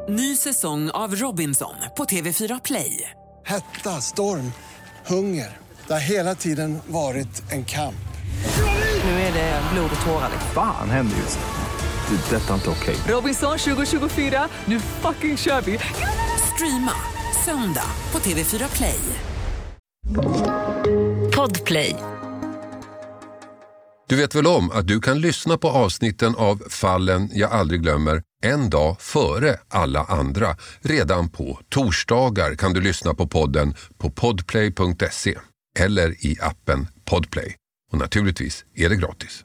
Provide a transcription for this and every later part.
Ny säsong av Robinson på TV4 Play. Hetta, storm, hunger. Det har hela tiden varit en kamp. Nu är det blod och tårar. Fan händer just nu. Det. Detta är inte okej. Robinson 2024, nu fucking kör vi. Streama söndag på TV4 Play. Podplay. Du vet väl om att du kan lyssna på avsnitten av Fallen jag aldrig glömmer en dag före alla andra. Redan på torsdagar kan du lyssna på podden på podplay.se eller i appen Podplay. Och naturligtvis är det gratis.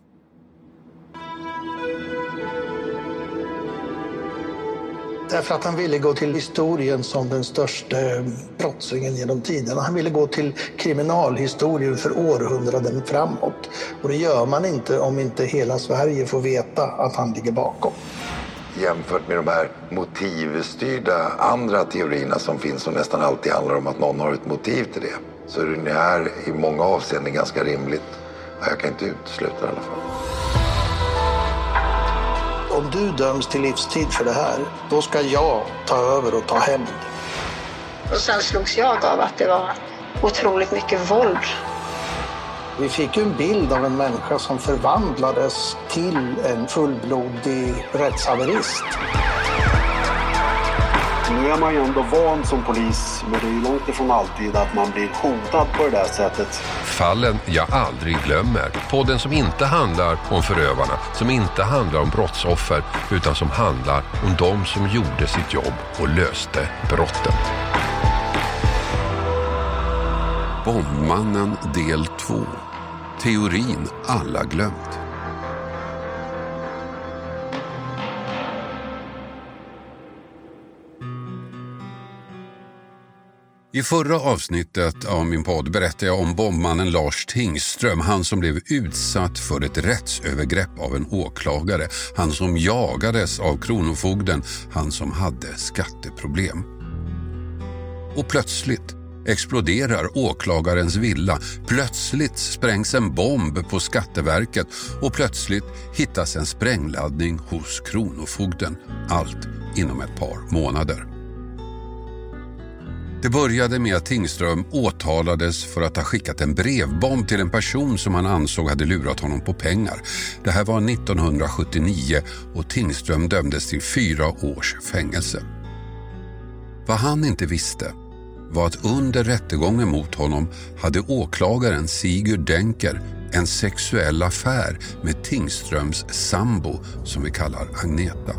Därför att han ville gå till historien som den största brottslingen genom tiden. Han ville gå till kriminalhistorien för århundraden framåt. Och det gör man inte om inte hela Sverige får veta att han ligger bakom. Jämfört med de här motivstyrda andra teorierna som finns, som nästan alltid handlar om att någon har ett motiv till det, så är det här i många avseenden ganska rimligt. Jag kan inte utesluta det i alla fall. Om du döms till livstid för det här, då ska jag ta över och ta hämnd. Och sen slogs jag av att det var otroligt mycket våld. Vi fick ju en bild av en människa som förvandlades till en fullblodig rättshaverist. Nu är man ju ändå van som polis, men det är ju långt ifrån alltid att man blir hotad på det där sättet. Fallen jag aldrig glömmer. Podden som inte handlar om förövarna, som inte handlar om brottsoffer, utan som handlar om de som gjorde sitt jobb och löste brotten. Bombmannen del 2. Teorin alla glömt. I förra avsnittet av min podd berättade jag om bombmannen Lars Tingström, han som blev utsatt för ett rättsövergrepp av en åklagare, han som jagades av kronofogden, han som hade skatteproblem. Och plötsligt exploderar åklagarens villa, plötsligt sprängs en bomb på Skatteverket och plötsligt hittas en sprängladdning hos kronofogden, allt inom ett par månader. Det började med att Tingström åtalades för att ha skickat en brevbomb till en person som han ansåg hade lurat honom på pengar. Det här var 1979 och Tingström dömdes till 4 års fängelse. Vad han inte visste var att under rättegången mot honom hade åklagaren Sigurd Denker en sexuell affär med Tingströms sambo som vi kallar Agneta.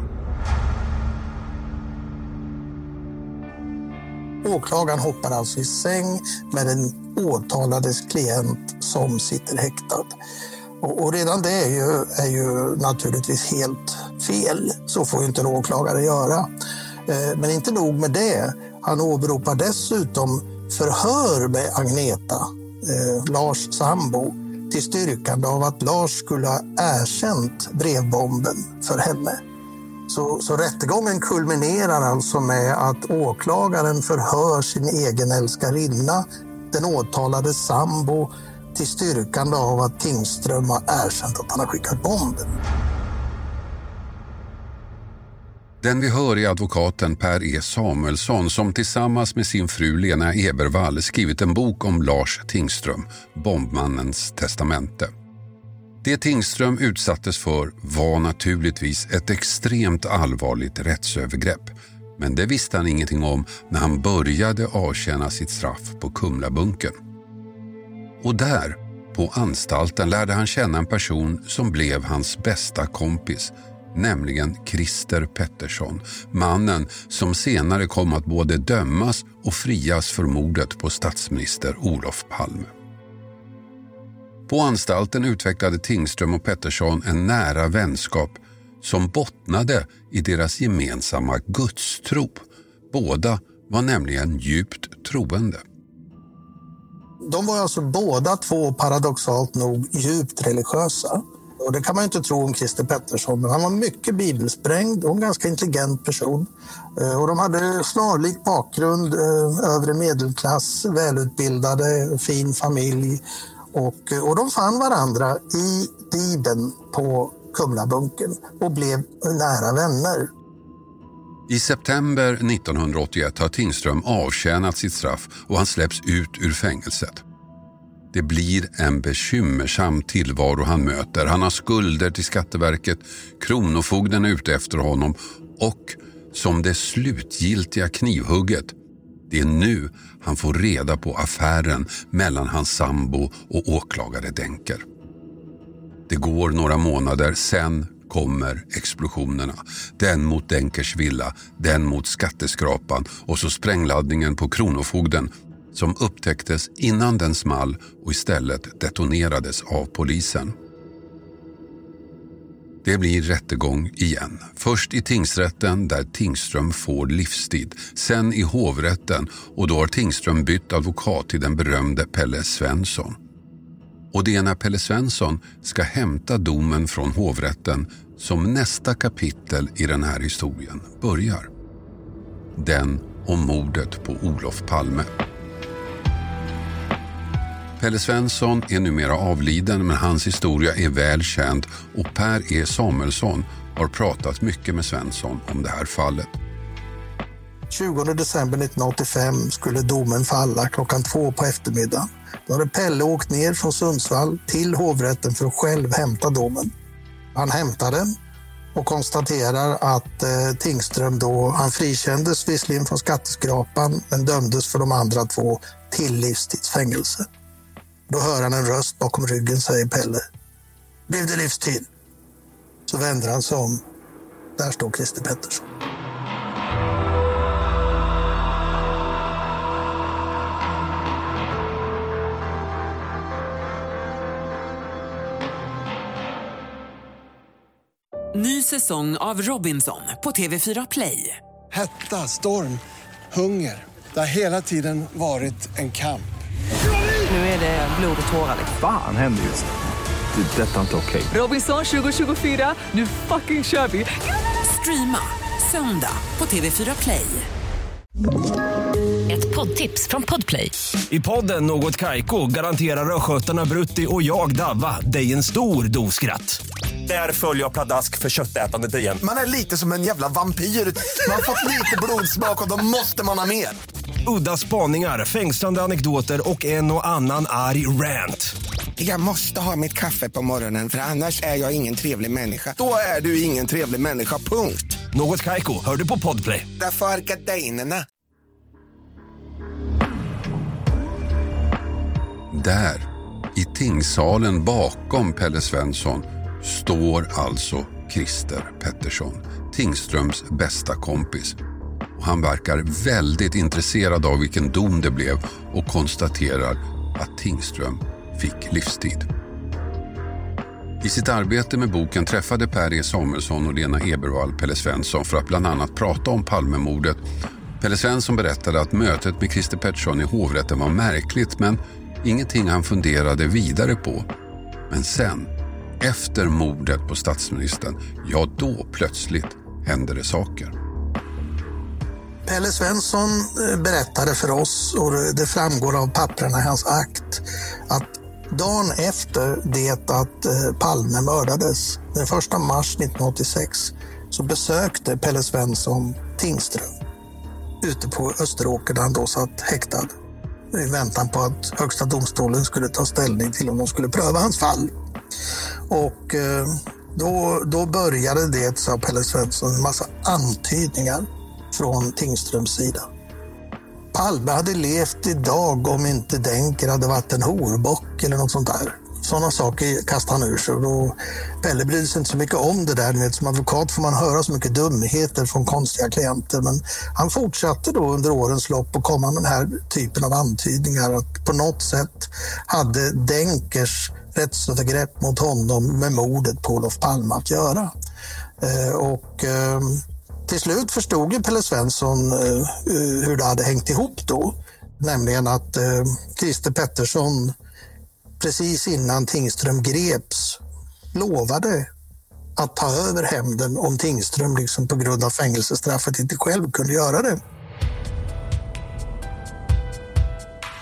Åklagaren hoppar alltså i säng med den åtalades klient som sitter häktad. Och redan det är ju naturligtvis helt fel. Så får ju inte en åklagare göra. Men inte nog med det. Han åberopar dessutom förhör med Agneta, Lars sambo, till styrkande av att Lars skulle ha erkänt brevbomben för henne. Så rättegången kulminerar alltså med att åklagaren förhör sin egen älskarinna, den åtalade sambo, till styrkande av att Tingström har erkänt att han har skickat bomben. Den vi hör är advokaten Per E. Samuelsson som tillsammans med sin fru Lena Ebervall skrivit en bok om Lars Tingström, bombmannens testamente. Det Tingström utsattes för var naturligtvis ett extremt allvarligt rättsövergrepp. Men det visste han ingenting om när han började avtjäna sitt straff på Kumlabunkern. Och där, på anstalten, lärde han känna en person som blev hans bästa kompis, nämligen Christer Pettersson, mannen som senare kom att både dömas och frias för mordet på statsminister Olof Palme. På anstalten utvecklade Tingström och Pettersson en nära vänskap som bottnade i deras gemensamma gudstro. Båda var nämligen djupt troende. De var alltså båda två paradoxalt nog djupt religiösa. Och det kan man inte tro om Christer Pettersson, men han var mycket bibelsprängd och en ganska intelligent person. Och de hade snarlik bakgrund, övre medelklass, välutbildade, fin familj. Och de fann varandra i Bibeln på Kumlabunkern och blev nära vänner. I september 1981 har Tingström avtjänat sitt straff och han släpps ut ur fängelset. Det blir en bekymmersam tillvaro han möter. Han har skulder till Skatteverket, kronofogden är ute efter honom och som det slutgiltiga knivhugget, det är nu han får reda på affären mellan hans sambo och åklagare Denker. Det går några månader, sen kommer explosionerna. Den mot Denkers villa, den mot skatteskrapan och så sprängladdningen på kronofogden som upptäcktes innan den small och istället detonerades av polisen. Det blir rättegång igen. Först i tingsrätten där Tingström får livstid. Sen i hovrätten och då har Tingström bytt advokat till den berömde Pelle Svensson. Och det är när Pelle Svensson ska hämta domen från hovrätten som nästa kapitel i den här historien börjar. Den om mordet på Olof Palme. Pelle Svensson är numera avliden men hans historia är väl känd och Per E. Samuelsson har pratat mycket med Svensson om det här fallet. 20 december 1985 skulle domen falla 2:00 på eftermiddagen. Då hade Pelle åkt ner från Sundsvall till hovrätten för att själv hämta domen. Han hämtade den och konstaterar att Tingström då, han frikändes visserligen från skatteskrapan men dömdes för de andra 2 till livstidsfängelse. Då hör han en röst bakom ryggen, säger Pelle. Blev det livstid? Så vänder han sig om. Där står Christer Pettersson. Ny säsong av Robinson på TV4 Play. Hetta, storm, hunger. Det har hela tiden varit en kamp. Nu är det blod och tårar. Fan händer just det. Det är detta inte okej. Robinson 2024, nu fucking kör vi. Streama söndag på TV4 Play. Ett poddtips från Podplay. I podden Något Kaiko garanterar röskötarna Brutti och jag Davva dig en stor doskratt. Där följer jag pladask för köttätandet igen. Man är lite som en jävla vampyr. Man har fått lite blodsmak och då måste man ha mer. Udda spaningar, fängslande anekdoter och en och annan arg rant. Jag måste ha mitt kaffe på morgonen för annars är jag ingen trevlig människa. Då är du ingen trevlig människa, punkt. Något Kaiko, hör du på Podplay. Därför är gardinerna. Där, i tingssalen bakom Pelle Svensson, står alltså Christer Pettersson, Tingströms bästa kompis. Och han verkar väldigt intresserad av vilken dom det blev och konstaterar att Tingström fick livstid. I sitt arbete med boken träffade Per E. Samuelsson och Lena Ebervall Pelle Svensson för att bland annat prata om Palmemordet. Pelle Svensson berättade att mötet med Christer Pettersson i hovrätten var märkligt men ingenting han funderade vidare på. Men sen, efter mordet på statsministern, ja då plötsligt hände det saker. Pelle Svensson berättade för oss, och det framgår av papperna i hans akt, att dagen efter det att Palme mördades, den 1 mars 1986, så besökte Pelle Svensson Tingström ute på Österåker där han då satt häktad i väntan på att högsta domstolen skulle ta ställning till om de skulle pröva hans fall. Och då började det, sa Pelle Svensson, en massa antydningar från Tingströms sida. Palme hade levt idag om inte Denker hade varit en horbock eller något sånt där. Sådana saker kastade han ur sig. Och Pelle brydde sig inte så mycket om det där. Som advokat får man höra så mycket dumheter från konstiga klienter. Men han fortsatte då under årens lopp att komma med den här typen av antydningar. Att på något sätt hade Denkers rättsövergrepp mot honom med mordet på Olof Palme att göra. Till slut förstod ju Pelle Svensson hur det hade hängt ihop då. Nämligen att Christer Pettersson precis innan Tingström greps lovade att ta över hämnden om Tingström liksom på grund av fängelsestraffet inte själv kunde göra det.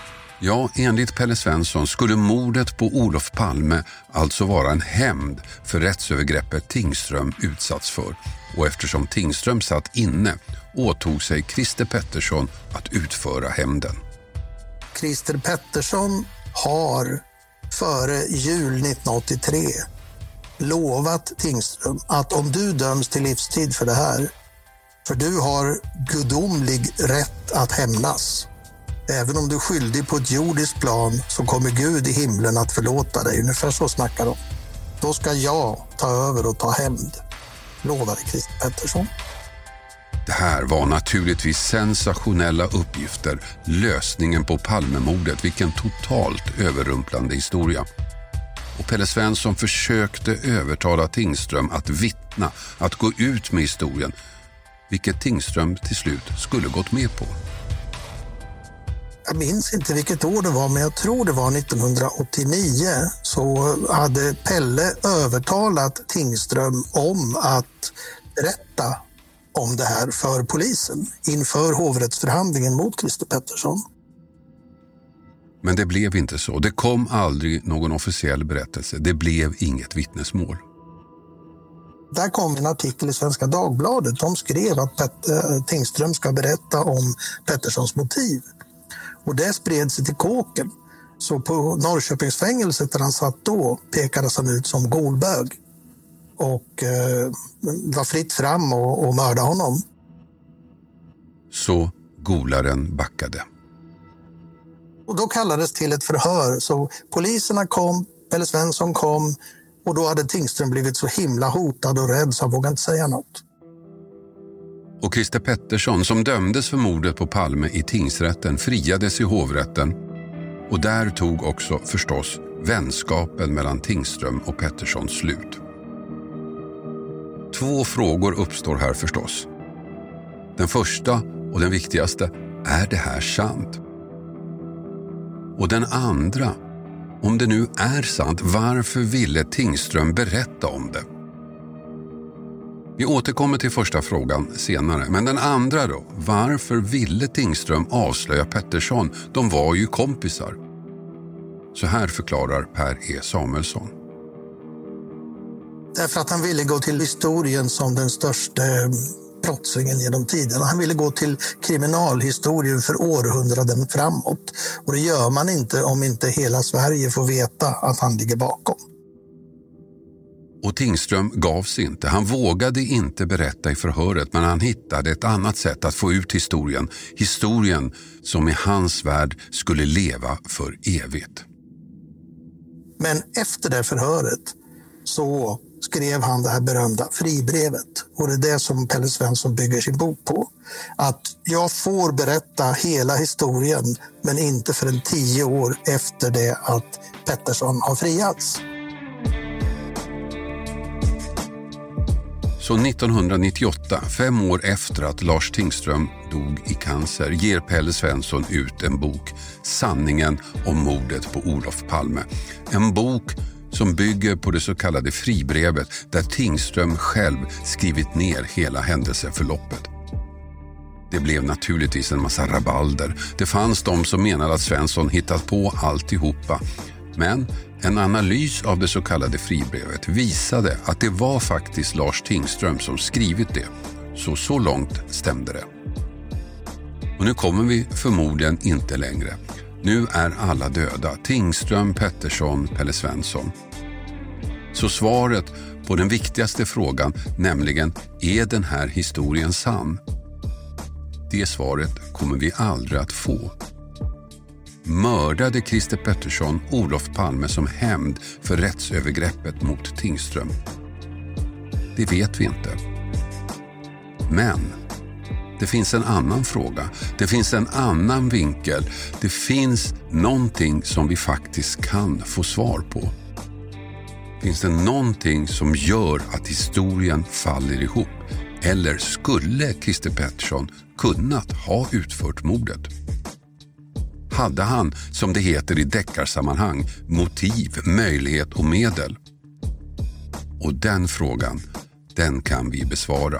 Ja, enligt Pelle Svensson skulle mordet på Olof Palme alltså vara en hämnd för rättsövergreppet Tingström utsatts för. Och eftersom Tingström satt inne åtog sig Christer Pettersson att utföra hämnden. Christer Pettersson har före jul 1983 lovat Tingström att om du döms till livstid för det här, för du har gudomlig rätt att hämnas. Även om du är skyldig på ett jordiskt plan så kommer Gud i himlen att förlåta dig. Ungefär så snackar de. Då ska jag ta över och ta hämnd, lovade Christer Pettersson. Det här var naturligtvis sensationella uppgifter, lösningen på Palmemordet, vilken totalt överrumplande historia. Och Pelle Svensson försökte övertala Tingström att vittna, att gå ut med historien, vilket Tingström till slut skulle gått med på. Jag minns inte vilket år det var, men jag tror det var 1989 så hade Pelle övertalat Tingström om att berätta om det här för polisen inför hovrättsförhandlingen mot Christer Pettersson. Men det blev inte så. Det kom aldrig någon officiell berättelse. Det blev inget vittnesmål. Där kom en artikel i Svenska Dagbladet. De skrev att Tingström ska berätta om Petterssons motiv. Och det spred sig till kåken. Så på Norrköpingsfängelset där han satt då pekades han ut som golbög. Och var fritt fram och mörda honom. Så golaren backade. Och då kallades till ett förhör. Så poliserna kom, Pelle Svensson kom och då hade Tingström blivit så himla hotad och rädd så han vågade inte säga något. Och Christer Pettersson som dömdes för mordet på Palme i tingsrätten friades i hovrätten. Och där tog också förstås vänskapen mellan Tingström och Pettersson slut. 2 frågor uppstår här förstås. Den första och den viktigaste, är det här sant? Och den andra, om det nu är sant, varför ville Tingström berätta om det? Vi återkommer till första frågan senare, men den andra då, varför ville Tingström avslöja Pettersson? De var ju kompisar. Så här förklarar Per E. Samuelsson. Därför att han ville gå till historien som den största brottslingen genom tiden. Han ville gå till kriminalhistorien för århundraden framåt. Och det gör man inte om inte hela Sverige får veta att han ligger bakom. Och Tingström gav sig inte. Han vågade inte berätta i förhöret, men han hittade ett annat sätt att få ut historien. Historien som i hans värld skulle leva för evigt. Men efter det förhöret så skrev han det här berömda fribrevet. Och det är det som Pelle Svensson bygger sin bok på. Att jag får berätta hela historien, men inte förrän 10 år efter det att Pettersson har friats. Så 1998, 5 år efter att Lars Tingström dog i cancer, ger Pelle Svensson ut en bok, Sanningen om mordet på Olof Palme. En bok som bygger på det så kallade fribrevet där Tingström själv skrivit ner hela händelseförloppet. Det blev naturligtvis en massa rabalder. Det fanns de som menade att Svensson hittat på alltihopa. Men en analys av det så kallade fribrevet visade att det var faktiskt Lars Tingström som skrivit det. Så långt stämde det. Och nu kommer vi förmodligen inte längre. Nu är alla döda. Tingström, Pettersson, Pelle Svensson. Så svaret på den viktigaste frågan, nämligen är den här historien sann? Det svaret kommer vi aldrig att få. Mördade Christer Pettersson Olof Palme som hämnd för rättsövergreppet mot Tingström? Det vet vi inte. Men det finns en annan fråga. Det finns en annan vinkel. Det finns någonting som vi faktiskt kan få svar på. Finns det någonting som gör att historien faller ihop? Eller skulle Christer Pettersson kunnat ha utfört mordet? Hade han, som det heter i deckarsammanhang, motiv, möjlighet och medel? Och den frågan, den kan vi besvara.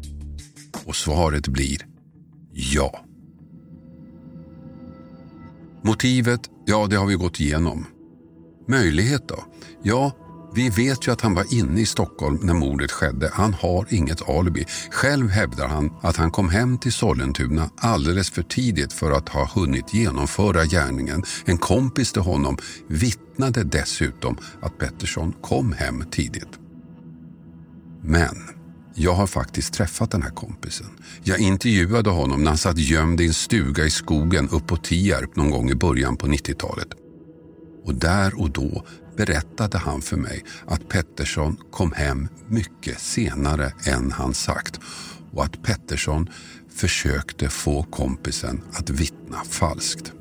Och svaret blir ja. Motivet, ja det har vi gått igenom. Möjlighet då? Ja, vi vet ju att han var inne i Stockholm när mordet skedde. Han har inget alibi. Själv hävdar han att han kom hem till Sollentuna alldeles för tidigt för att ha hunnit genomföra gärningen. En kompis till honom vittnade dessutom att Pettersson kom hem tidigt. Men jag har faktiskt träffat den här kompisen. Jag intervjuade honom när han satt gömd i en stuga i skogen upp på Tierp någon gång i början på 90-talet. Och där och då berättade han för mig att Pettersson kom hem mycket senare än han sagt och att Pettersson försökte få kompisen att vittna falskt.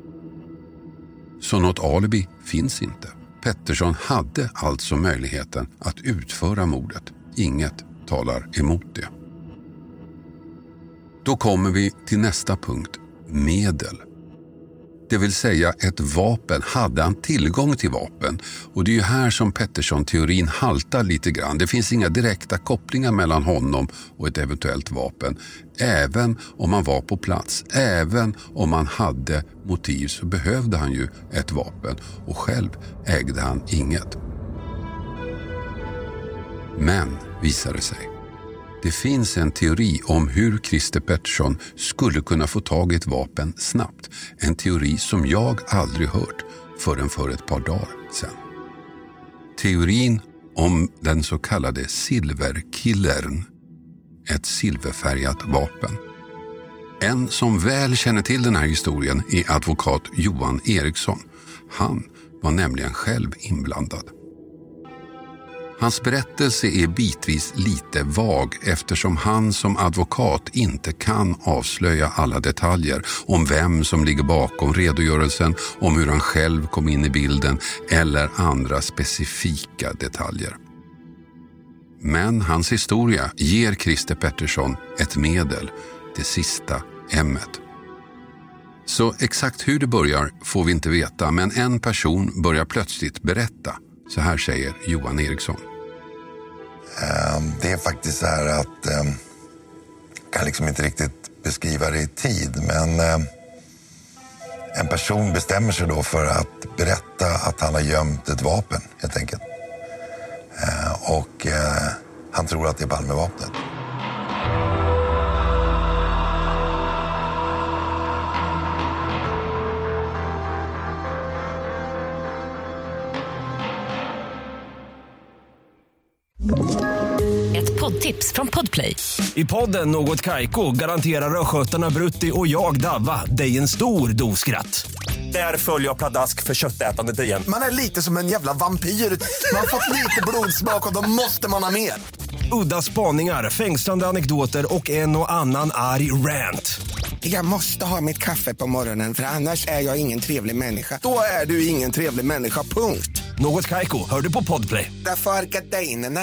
Så något alibi finns inte. Pettersson hade alltså möjligheten att utföra mordet. Inget talar emot det. Då kommer vi till nästa punkt, medel. Det vill säga ett vapen. Hade han tillgång till vapen? Och det är ju här som Pettersson-teorin haltar lite grann. Det finns inga direkta kopplingar mellan honom och ett eventuellt vapen. Även om han var på plats, även om han hade motiv så behövde han ju ett vapen. Och själv ägde han inget. Men, visar det sig. Det finns en teori om hur Christer Pettersson skulle kunna få tag i ett vapen snabbt. En teori som jag aldrig hört förrän för ett par dagar sedan. Teorin om den så kallade silverkillern. Ett silverfärgat vapen. En som väl känner till den här historien är advokat Johan Eriksson. Han var nämligen själv inblandad. Hans berättelse är bitvis lite vag eftersom han som advokat inte kan avslöja alla detaljer om vem som ligger bakom redogörelsen, om hur han själv kom in i bilden eller andra specifika detaljer. Men hans historia ger Christer Pettersson ett medel, det sista M-et. Så exakt hur det börjar får vi inte veta, men en person börjar plötsligt berätta. Så här säger Johan Eriksson. Det är faktiskt så här att jag kan liksom inte riktigt beskriva det i tid, men en person bestämmer sig då för att berätta att han har gömt ett vapen helt enkelt. Och han tror att det är Palmevapnet. Ett poddtips från Podplay. I podden Något Kaiko garanterar röskötarna Brutti och jag Davva dig en stor doskratt. Där följer jag pladask för köttätandet igen. Man är lite som en jävla vampyr. Man har fått lite blodsmak och då måste man ha mer. Udda spaningar, fängslande anekdoter och en och annan arg rant. Jag måste ha mitt kaffe på morgonen för annars är jag ingen trevlig människa. Då är du ingen trevlig människa, punkt. Något Kaiko, hör du på Podplay. Därför är gardinerna.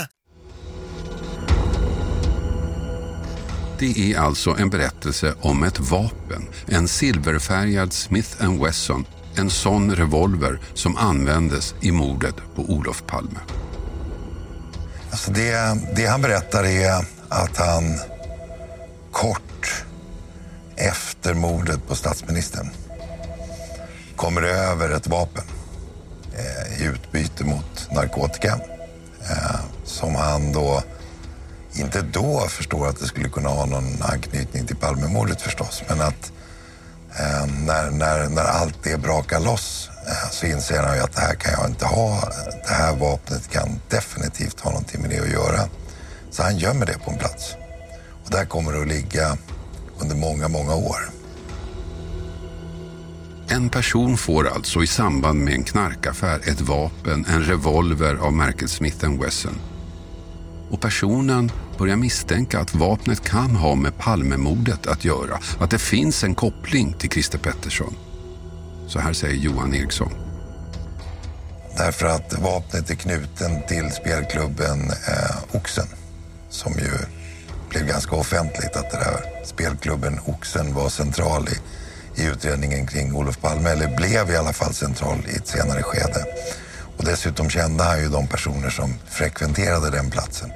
Det är alltså en berättelse om ett vapen, en silverfärgad Smith & Wesson, en sån revolver som användes i mordet på Olof Palme. Alltså det han berättar är att han kort efter mordet på statsministern kommer över ett vapen i utbyte mot narkotika som han då inte då förstår att det skulle kunna ha någon anknytning till Palmemordet förstås, men att när allt det brakar loss så inser han ju att det här kan jag inte ha. Det här vapnet kan definitivt ha någonting med det att göra. Så han gömmer det på en plats. Och där kommer det att ligga under många, många år. En person får alltså i samband med en knarkaffär ett vapen, en revolver av märket Smith & Wesson. Och personen börjar misstänka att vapnet kan ha med Palmemordet att göra. Att det finns en koppling till Christer Pettersson. Så här säger Johan Eriksson. Därför att vapnet är knuten till spelklubben Oxen. Som ju blev ganska offentligt att det där spelklubben Oxen var central i utredningen kring Olof Palme. Eller blev i alla fall central i ett senare skede. Och dessutom kände han ju de personer som frekventerade den platsen.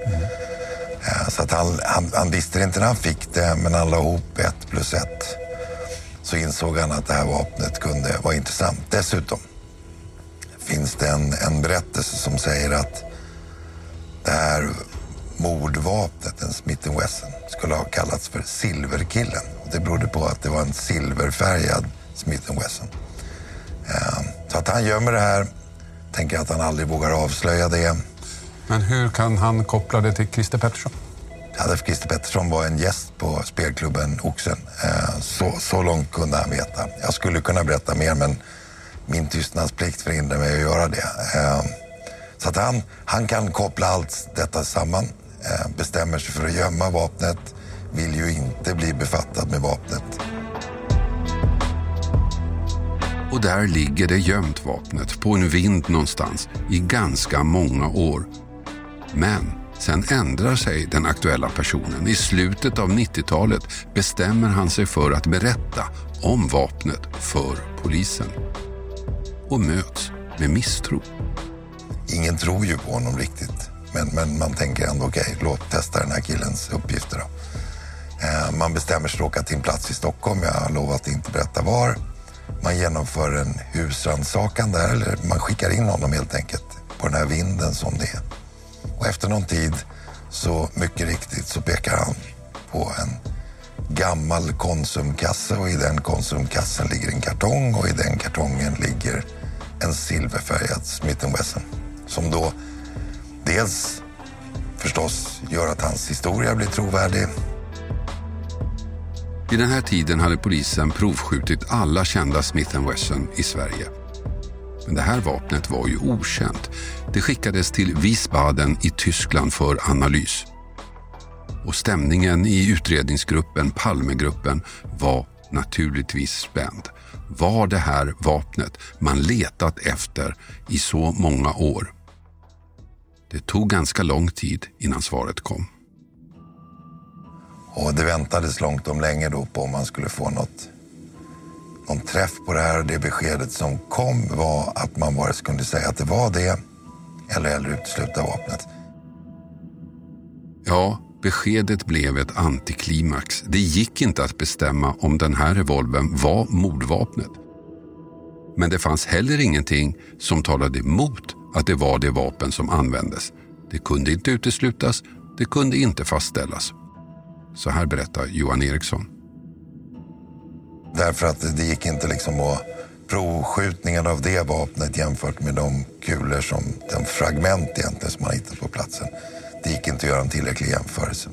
Så att han visste inte när han fick det, men han la ihop 1 + 1. så insåg han att det här vapnet kunde vara intressant. Dessutom finns det en berättelse som säger att det här mordvapnet, en Smith & Wesson, skulle ha kallats för Silverkillen. Och det berodde på att det var en silverfärgad Smith & Wesson. Så att han gömmer det här, tänker att han aldrig vågar avslöja det. Men hur kan han koppla det till Christer Pettersson? Ja, för Christer Pettersson var en gäst på spelklubben Oxen. Så långt kunde han veta. Jag skulle kunna berätta mer, men min tystnadsplikt förhindrar mig att göra det. Så att han kan koppla allt detta samman, bestämmer sig för att gömma vapnet, vill ju inte bli befattad med vapnet. Och där ligger det gömt vapnet på en vind någonstans i ganska många år. Men sen ändrar sig den aktuella personen. I slutet av 90-talet bestämmer han sig för att berätta om vapnet för polisen. Och möts med misstro. Ingen tror ju på honom riktigt. Men man tänker ändå okej, låt testa den här killens uppgifter då. Man bestämmer sig att åka till en plats i Stockholm. Jag har lovat att inte berätta var. Man genomför en husrannsakan där, eller man skickar in honom helt enkelt på den här vinden som det är. Och efter någon tid så mycket riktigt så pekar han på en gammal Konsumkasse, och i den Konsumkassen ligger en kartong, och i den kartongen ligger en silverfärgad Smith & Wesson som då dels förstås gör att hans historia blir trovärdig. I den här tiden hade polisen provskjutit alla kända Smith & Wesson i Sverige. Men det här vapnet var ju okänt. Det skickades till Wiesbaden i Tyskland för analys. Och stämningen i utredningsgruppen, Palmegruppen, var naturligtvis spänd. Var det här vapnet man letat efter i så många år? Det tog ganska lång tid innan svaret kom. Och det väntades långt om länge då på om man skulle få någon träff på det här. Det beskedet som kom var att man bara kunde säga att det var det eller utesluta vapnet. Ja, beskedet blev ett antiklimax. Det gick inte att bestämma om den här revolvern var mordvapnet. Men det fanns heller ingenting som talade emot att det var det vapen som användes. Det kunde inte uteslutas, det kunde inte fastställas. Så här berättar Johan Eriksson. Därför att det gick inte liksom att provskjutningen av det vapnet jämfört med de kulor som den fragment egentligen som man hittat på platsen. Det gick inte att göra en tillräcklig jämförelse.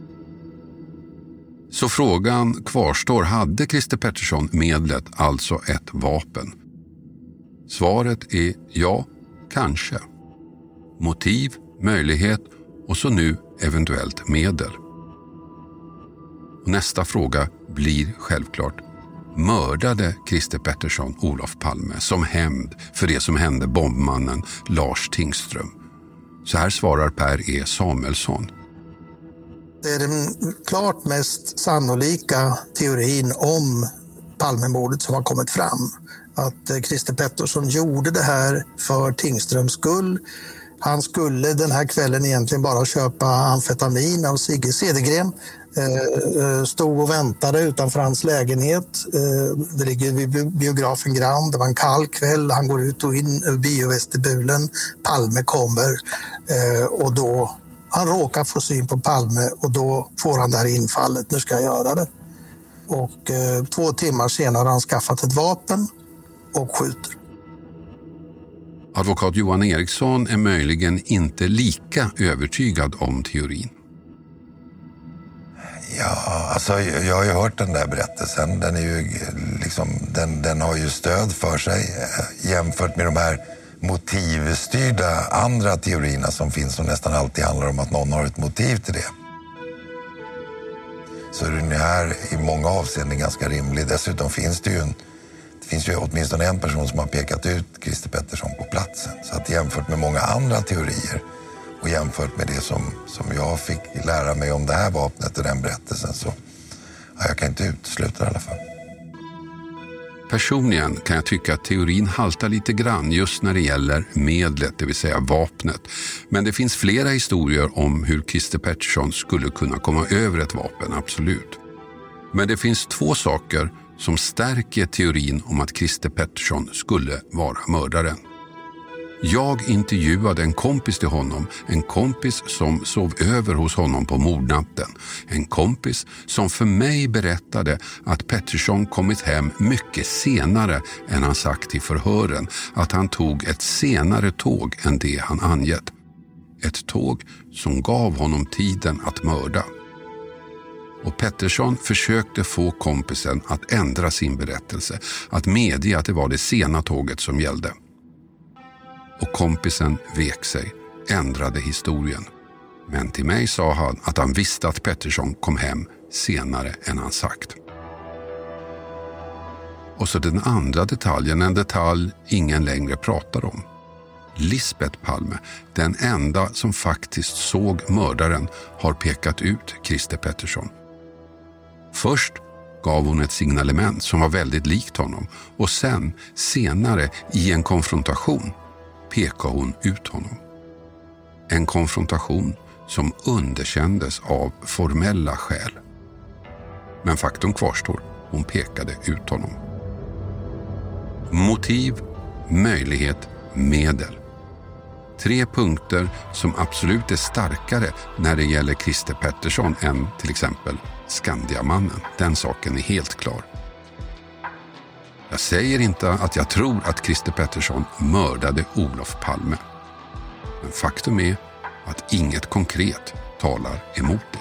Så frågan kvarstår, hade Christer Pettersson medlet, alltså ett vapen? Svaret är ja, kanske. Motiv, möjlighet och så nu eventuellt medel. Och nästa fråga blir självklart: mördade Christer Pettersson Olof Palme som hämnd för det som hände bombmannen Lars Tingström? Så här svarar Per E. Samuelsson. Det är den klart mest sannolika teorin om Palmemordet som har kommit fram. Att Christer Pettersson gjorde det här för Tingströms skull. Han skulle den här kvällen egentligen bara köpa amfetamin av Sigge Cedergren. Stod och väntade utanför hans lägenhet. Det ligger vid biografen Grand. Det var en kall kväll. Han går ut och in ur biovestibulen. Palme kommer och då han råkar få syn på Palme och då får han det här infallet. Nu ska jag göra det. Och 2 timmar senare har han skaffat ett vapen och skjuter. Advokat Johan Eriksson är möjligen inte lika övertygad om teorin. Ja, alltså jag har ju hört den där berättelsen. Den är ju liksom, den har ju stöd för sig jämfört med de här motivstyrda andra teorierna som finns, som nästan alltid handlar om att någon har ett motiv till det. Så den här i många avseenden ganska rimlig. Dessutom finns det finns ju åtminstone en person som har pekat ut Christer Pettersson på platsen. Så att jämfört med många andra teorier och jämfört med det som jag fick lära mig om det här vapnet och den berättelsen, så jag kan inte utesluta det i alla fall. Personligen kan jag tycka att teorin haltar lite grann just när det gäller medlet, det vill säga vapnet. Men det finns flera historier om hur Christer Pettersson skulle kunna komma över ett vapen, absolut. Men det finns 2 saker som stärker teorin om att Christer Pettersson skulle vara mördaren. Jag intervjuade en kompis till honom, en kompis som sov över hos honom på mordnatten. En kompis som för mig berättade att Pettersson kommit hem mycket senare än han sagt i förhören, att han tog ett senare tåg än det han angett. Ett tåg som gav honom tiden att mörda. Och Pettersson försökte få kompisen att ändra sin berättelse, att medge att det var det sena tåget som gällde. Och kompisen vek sig, ändrade historien. Men till mig sa han att han visste att Pettersson kom hem senare än han sagt. Och så den andra detaljen, en detalj ingen längre pratar om. Lisbeth Palme, den enda som faktiskt såg mördaren, har pekat ut Christer Pettersson. Först gav hon ett signalement som var väldigt likt honom, och sen, senare i en konfrontation, pekade hon ut honom. En konfrontation som underkändes av formella skäl. Men faktum kvarstår, hon pekade ut honom. Motiv, möjlighet, medel. 3 punkter som absolut är starkare när det gäller Christer Pettersson än till exempel Skandiamannen. Den saken är helt klar. Jag säger inte att jag tror att Christer Pettersson mördade Olof Palme. Men faktum är att inget konkret talar emot det.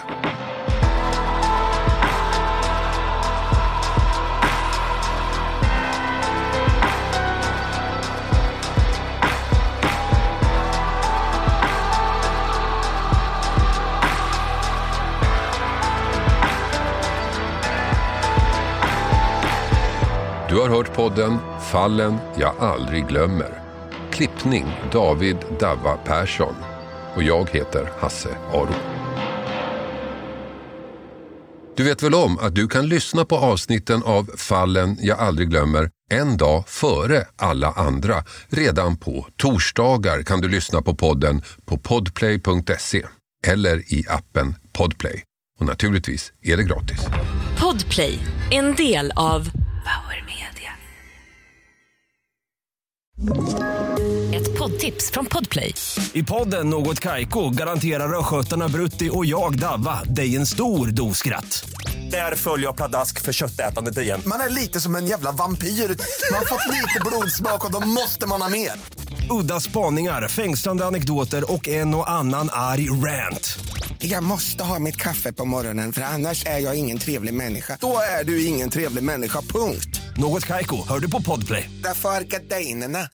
Du har hört podden Fallen jag aldrig glömmer. Klippning David Davva Persson. Och jag heter Hasse Aro. Du vet väl om att du kan lyssna på avsnitten av Fallen jag aldrig glömmer en dag före alla andra. Redan på torsdagar kan du lyssna på podden på podplay.se eller i appen Podplay. Och naturligtvis är det gratis. Podplay, en del av Power Media. Ett poddtips från Podplay. I podden Något Kaiko garanterar röskötarna Brutti och jag Davva dig en stor doskratt. Där följer jag pladask för köttätandet igen. Man är lite som en jävla vampyr. Man har fått lite blodsmak och då måste man ha mer. Udda spaningar, fängslande anekdoter och en och annan arg rant. Jag måste ha mitt kaffe på morgonen för annars är jag ingen trevlig människa. Då är du ingen trevlig människa, punkt. Något Kaiko, hör du på Podplay. Därför är gardinerna.